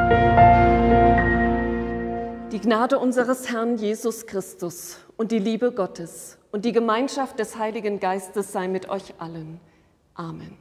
Die Gnade unseres Herrn Jesus Christus und die Liebe Gottes und die Gemeinschaft des Heiligen Geistes sei mit euch allen. Amen.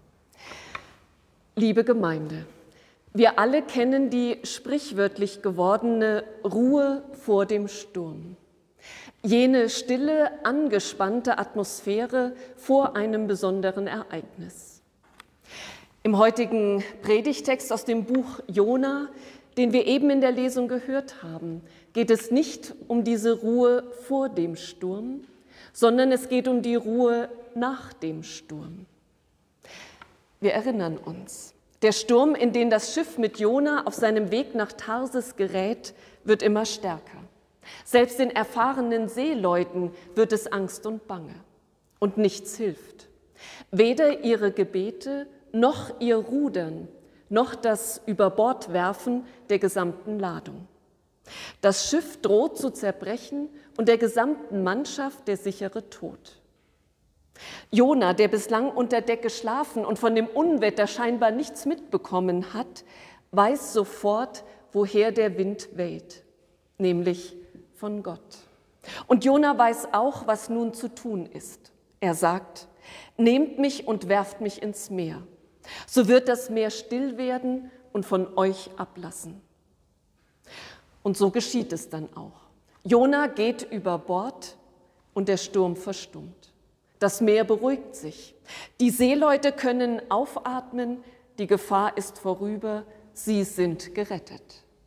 Liebe Gemeinde, wir alle kennen die sprichwörtlich gewordene Ruhe vor dem Sturm. Jene stille, angespannte Atmosphäre vor einem besonderen Ereignis. Im heutigen Predigtext aus dem Buch Jona, den wir eben in der Lesung gehört haben, geht es nicht um diese Ruhe vor dem Sturm, sondern es geht um die Ruhe nach dem Sturm. Wir erinnern uns, der Sturm, in den das Schiff mit Jona auf seinem Weg nach Tarsis gerät, wird immer stärker. Selbst den erfahrenen Seeleuten wird es Angst und Bange. Und nichts hilft. Weder ihre Gebete, noch ihr Rudern, noch das Überbordwerfen der gesamten Ladung. Das Schiff droht zu zerbrechen und der gesamten Mannschaft der sichere Tod. Jona, der bislang unter Deck geschlafen und von dem Unwetter scheinbar nichts mitbekommen hat, weiß sofort, woher der Wind weht, nämlich von Gott. Und Jona weiß auch, was nun zu tun ist. Er sagt: Nehmt mich und werft mich ins Meer. So wird das Meer still werden und von euch ablassen. Und so geschieht es dann auch. Jona geht über Bord und der Sturm verstummt. Das Meer beruhigt sich. Die Seeleute können aufatmen, die Gefahr ist vorüber, sie sind gerettet.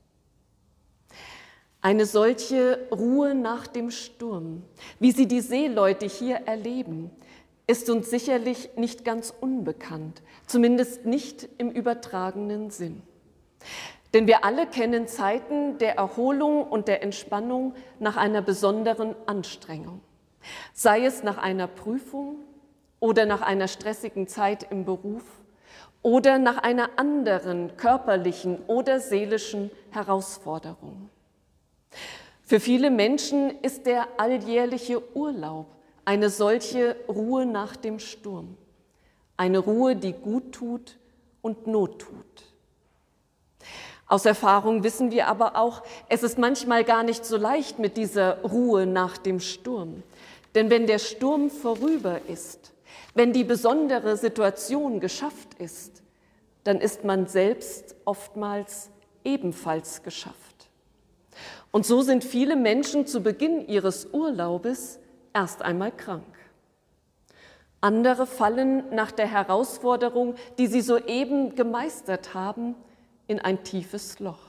Eine solche Ruhe nach dem Sturm, wie sie die Seeleute hier erleben, ist uns sicherlich nicht ganz unbekannt, zumindest nicht im übertragenen Sinn. Denn wir alle kennen Zeiten der Erholung und der Entspannung nach einer besonderen Anstrengung. Sei es nach einer Prüfung oder nach einer stressigen Zeit im Beruf oder nach einer anderen körperlichen oder seelischen Herausforderung. Für viele Menschen ist der alljährliche Urlaub eine solche Ruhe nach dem Sturm. Eine Ruhe, die gut tut und Not tut. Aus Erfahrung wissen wir aber auch, es ist manchmal gar nicht so leicht mit dieser Ruhe nach dem Sturm. Denn wenn der Sturm vorüber ist, wenn die besondere Situation geschafft ist, dann ist man selbst oftmals ebenfalls geschafft. Und so sind viele Menschen zu Beginn ihres Urlaubes erst einmal krank. Andere fallen nach der Herausforderung, die sie soeben gemeistert haben, in ein tiefes Loch.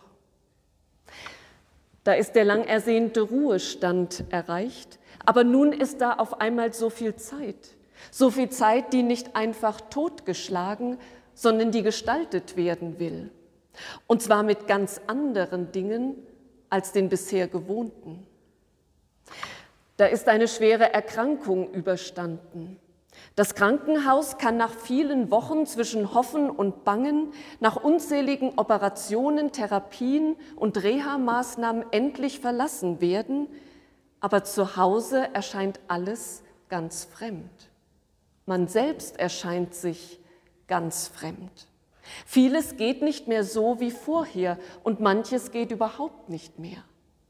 Da ist der lang ersehnte Ruhestand erreicht, aber nun ist da auf einmal so viel Zeit, die nicht einfach totgeschlagen, sondern die gestaltet werden will. Und zwar mit ganz anderen Dingen als den bisher gewohnten. Da ist eine schwere Erkrankung überstanden. Das Krankenhaus kann nach vielen Wochen zwischen Hoffen und Bangen, nach unzähligen Operationen, Therapien und Reha-Maßnahmen endlich verlassen werden, aber zu Hause erscheint alles ganz fremd. Man selbst erscheint sich ganz fremd. Vieles geht nicht mehr so wie vorher und manches geht überhaupt nicht mehr.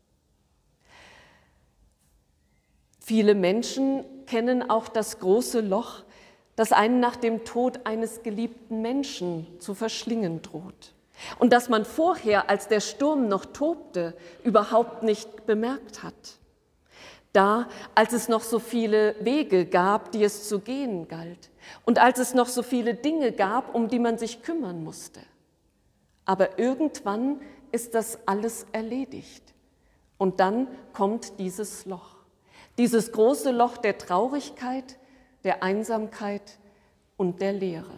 Viele Menschen kennen auch das große Loch, das einen nach dem Tod eines geliebten Menschen zu verschlingen droht und das man vorher, als der Sturm noch tobte, überhaupt nicht bemerkt hat. Da, als es noch so viele Wege gab, die es zu gehen galt und als es noch so viele Dinge gab, um die man sich kümmern musste. Aber irgendwann ist das alles erledigt und dann kommt dieses Loch. Dieses große Loch der Traurigkeit, der Einsamkeit und der Leere.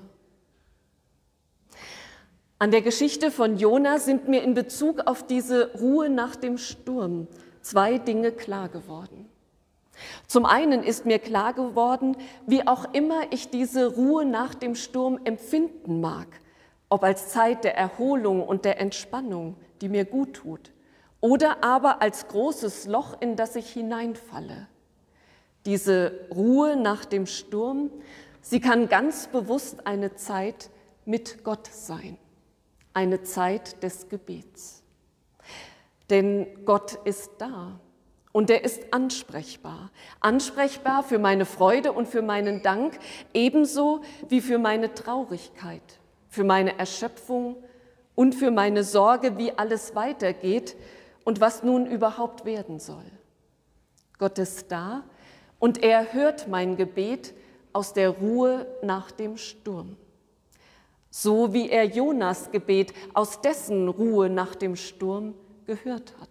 An der Geschichte von Jona sind mir in Bezug auf diese Ruhe nach dem Sturm 2 Dinge klar geworden. Zum einen ist mir klar geworden, wie auch immer ich diese Ruhe nach dem Sturm empfinden mag, ob als Zeit der Erholung und der Entspannung, die mir gut tut, oder aber als großes Loch, in das ich hineinfalle. Diese Ruhe nach dem Sturm, sie kann ganz bewusst eine Zeit mit Gott sein. eine Zeit des Gebets. Denn Gott ist da und er ist ansprechbar. Ansprechbar für meine Freude und für meinen Dank, ebenso wie für meine Traurigkeit, für meine Erschöpfung und für meine Sorge, wie alles weitergeht und was nun überhaupt werden soll. Gott ist da und er hört mein Gebet aus der Ruhe nach dem Sturm. So wie er Jonas Gebet aus dessen Ruhe nach dem Sturm gehört hat.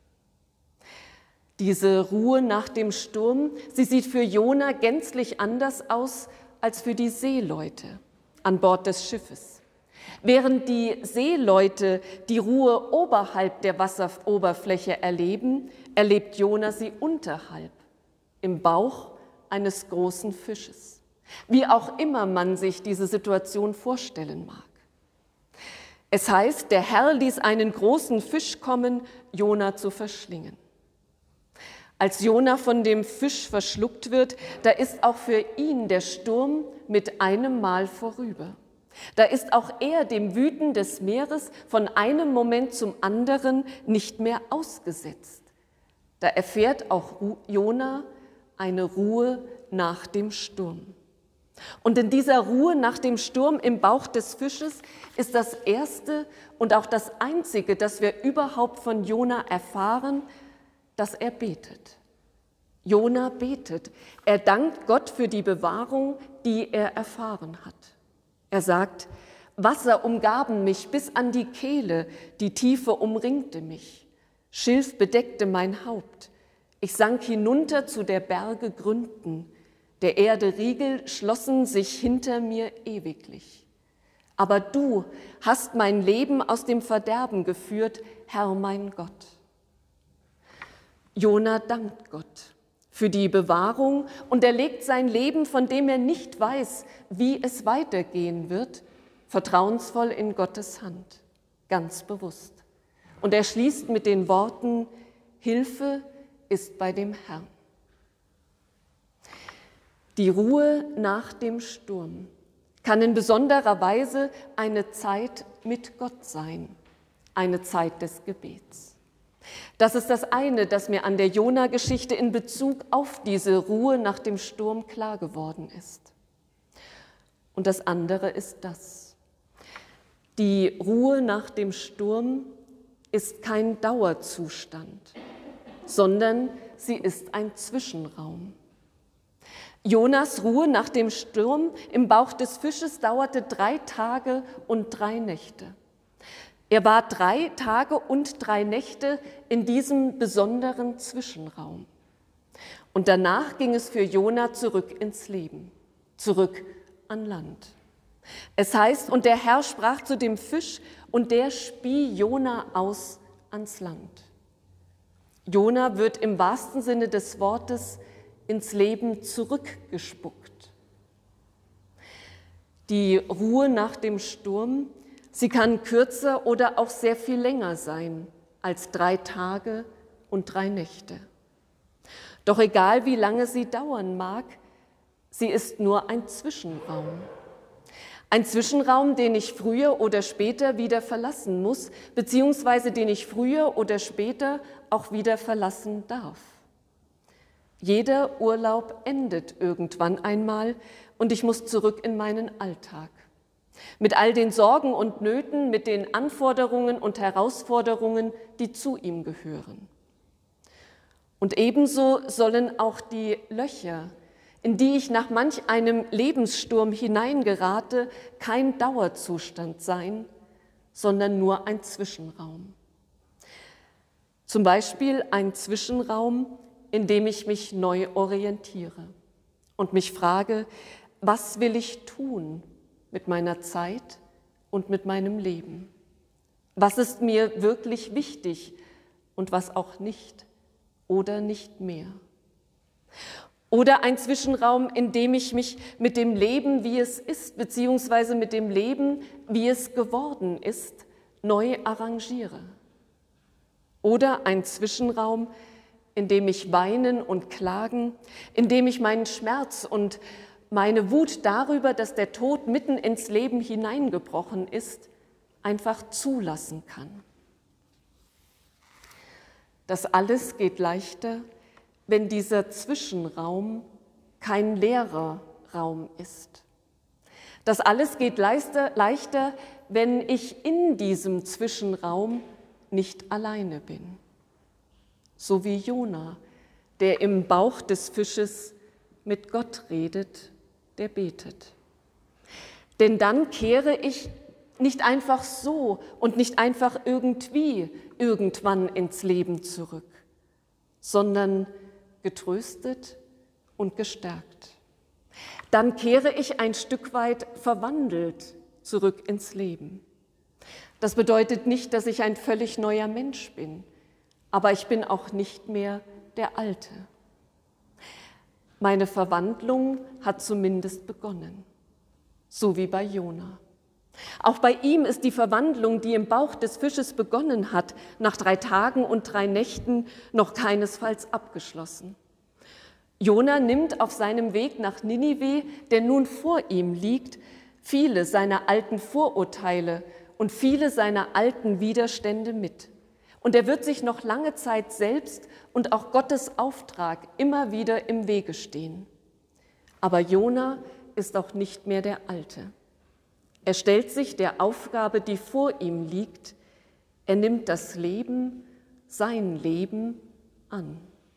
Diese Ruhe nach dem Sturm, sie sieht für Jona gänzlich anders aus als für die Seeleute an Bord des Schiffes. Während die Seeleute die Ruhe oberhalb der Wasseroberfläche erleben, erlebt Jona sie unterhalb, im Bauch eines großen Fisches. Wie auch immer man sich diese Situation vorstellen mag. Es heißt, der Herr ließ einen großen Fisch kommen, Jona zu verschlingen. Als Jona von dem Fisch verschluckt wird, da ist auch für ihn der Sturm mit einem Mal vorüber. Da ist auch er dem Wüten des Meeres von einem Moment zum anderen nicht mehr ausgesetzt. Da erfährt auch Jona eine Ruhe nach dem Sturm. Und in dieser Ruhe nach dem Sturm im Bauch des Fisches ist das Erste und auch das Einzige, das wir überhaupt von Jona erfahren, dass er betet. Jona betet. Er dankt Gott für die Bewahrung, die er erfahren hat. Er sagt, Wasser umgaben mich bis an die Kehle, die Tiefe umringte mich. Schilf bedeckte mein Haupt. Ich sank hinunter zu der Berge Gründen. Der Erde Riegel schlossen sich hinter mir ewiglich. Aber du hast mein Leben aus dem Verderben geführt, Herr mein Gott. Jona dankt Gott für die Bewahrung und er legt sein Leben, von dem er nicht weiß, wie es weitergehen wird, vertrauensvoll in Gottes Hand, ganz bewusst. Und er schließt mit den Worten, Hilfe ist bei dem Herrn. Die Ruhe nach dem Sturm kann in besonderer Weise eine Zeit mit Gott sein, eine Zeit des Gebets. Das ist das eine, das mir an der Jona-Geschichte in Bezug auf diese Ruhe nach dem Sturm klar geworden ist. Und das andere ist das. Die Ruhe nach dem Sturm ist kein Dauerzustand, sondern sie ist ein Zwischenraum. Jonas Ruhe nach dem Sturm im Bauch des Fisches dauerte 3 Tage und 3 Nächte. Er war 3 Tage und 3 Nächte in diesem besonderen Zwischenraum. Und danach ging es für Jona zurück ins Leben, zurück an Land. Es heißt, und der Herr sprach zu dem Fisch, und der spie Jona aus ans Land. Jona wird im wahrsten Sinne des Wortes ins Leben zurückgespuckt. Die Ruhe nach dem Sturm, sie kann kürzer oder auch sehr viel länger sein als 3 Tage und 3 Nächte. Doch egal, wie lange sie dauern mag, sie ist nur ein Zwischenraum. Ein Zwischenraum, den ich früher oder später wieder verlassen muss, beziehungsweise den ich früher oder später auch wieder verlassen darf. Jeder Urlaub endet irgendwann einmal und ich muss zurück in meinen Alltag. Mit all den Sorgen und Nöten, mit den Anforderungen und Herausforderungen, die zu ihm gehören. Und ebenso sollen auch die Löcher, in die ich nach manch einem Lebenssturm hineingerate, kein Dauerzustand sein, sondern nur ein Zwischenraum. Zum Beispiel ein Zwischenraum, in dem ich mich neu orientiere und mich frage, was will ich tun mit meiner Zeit und mit meinem Leben? Was ist mir wirklich wichtig und was auch nicht oder nicht mehr? Oder ein Zwischenraum, in dem ich mich mit dem Leben, wie es ist, beziehungsweise mit dem Leben, wie es geworden ist, neu arrangiere. Oder ein Zwischenraum, in dem ich weinen und klagen, in dem ich meinen Schmerz und meine Wut darüber, dass der Tod mitten ins Leben hineingebrochen ist, einfach zulassen kann. Das alles geht leichter, wenn dieser Zwischenraum kein leerer Raum ist. Das alles geht leichter, wenn ich in diesem Zwischenraum nicht alleine bin. So wie Jona, der im Bauch des Fisches mit Gott redet, der betet. Denn dann kehre ich nicht einfach so und nicht einfach irgendwie irgendwann ins Leben zurück, sondern getröstet und gestärkt. Dann kehre ich ein Stück weit verwandelt zurück ins Leben. Das bedeutet nicht, dass ich ein völlig neuer Mensch bin, aber ich bin auch nicht mehr der Alte. Meine Verwandlung hat zumindest begonnen, so wie bei Jona. Auch bei ihm ist die Verwandlung, die im Bauch des Fisches begonnen hat, nach 3 Tagen und 3 Nächten noch keinesfalls abgeschlossen. Jona nimmt auf seinem Weg nach Ninive, der nun vor ihm liegt, viele seiner alten Vorurteile und viele seiner alten Widerstände mit. Und er wird sich noch lange Zeit selbst und auch Gottes Auftrag immer wieder im Wege stehen. Aber Jona ist auch nicht mehr der Alte. Er stellt sich der Aufgabe, die vor ihm liegt. Er nimmt das Leben, sein Leben, an.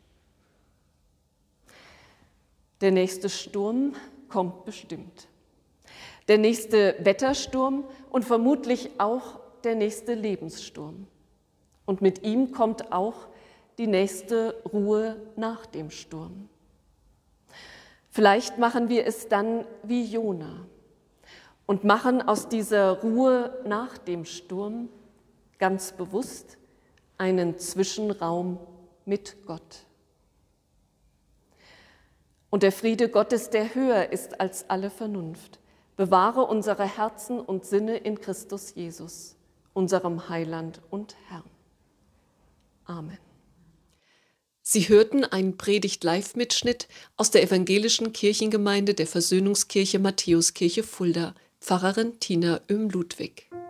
Der nächste Sturm kommt bestimmt. Der nächste Wettersturm und vermutlich auch der nächste Lebenssturm. Und mit ihm kommt auch die nächste Ruhe nach dem Sturm. Vielleicht machen wir es dann wie Jona und machen aus dieser Ruhe nach dem Sturm ganz bewusst einen Zwischenraum mit Gott. Und der Friede Gottes, der höher ist als alle Vernunft, bewahre unsere Herzen und Sinne in Christus Jesus, unserem Heiland und Herrn. Amen. Sie hörten einen Predigt-Live-Mitschnitt aus der evangelischen Kirchengemeinde der Versöhnungskirche Matthäuskirche Fulda, Pfarrerin Tina Oehm-Ludwig.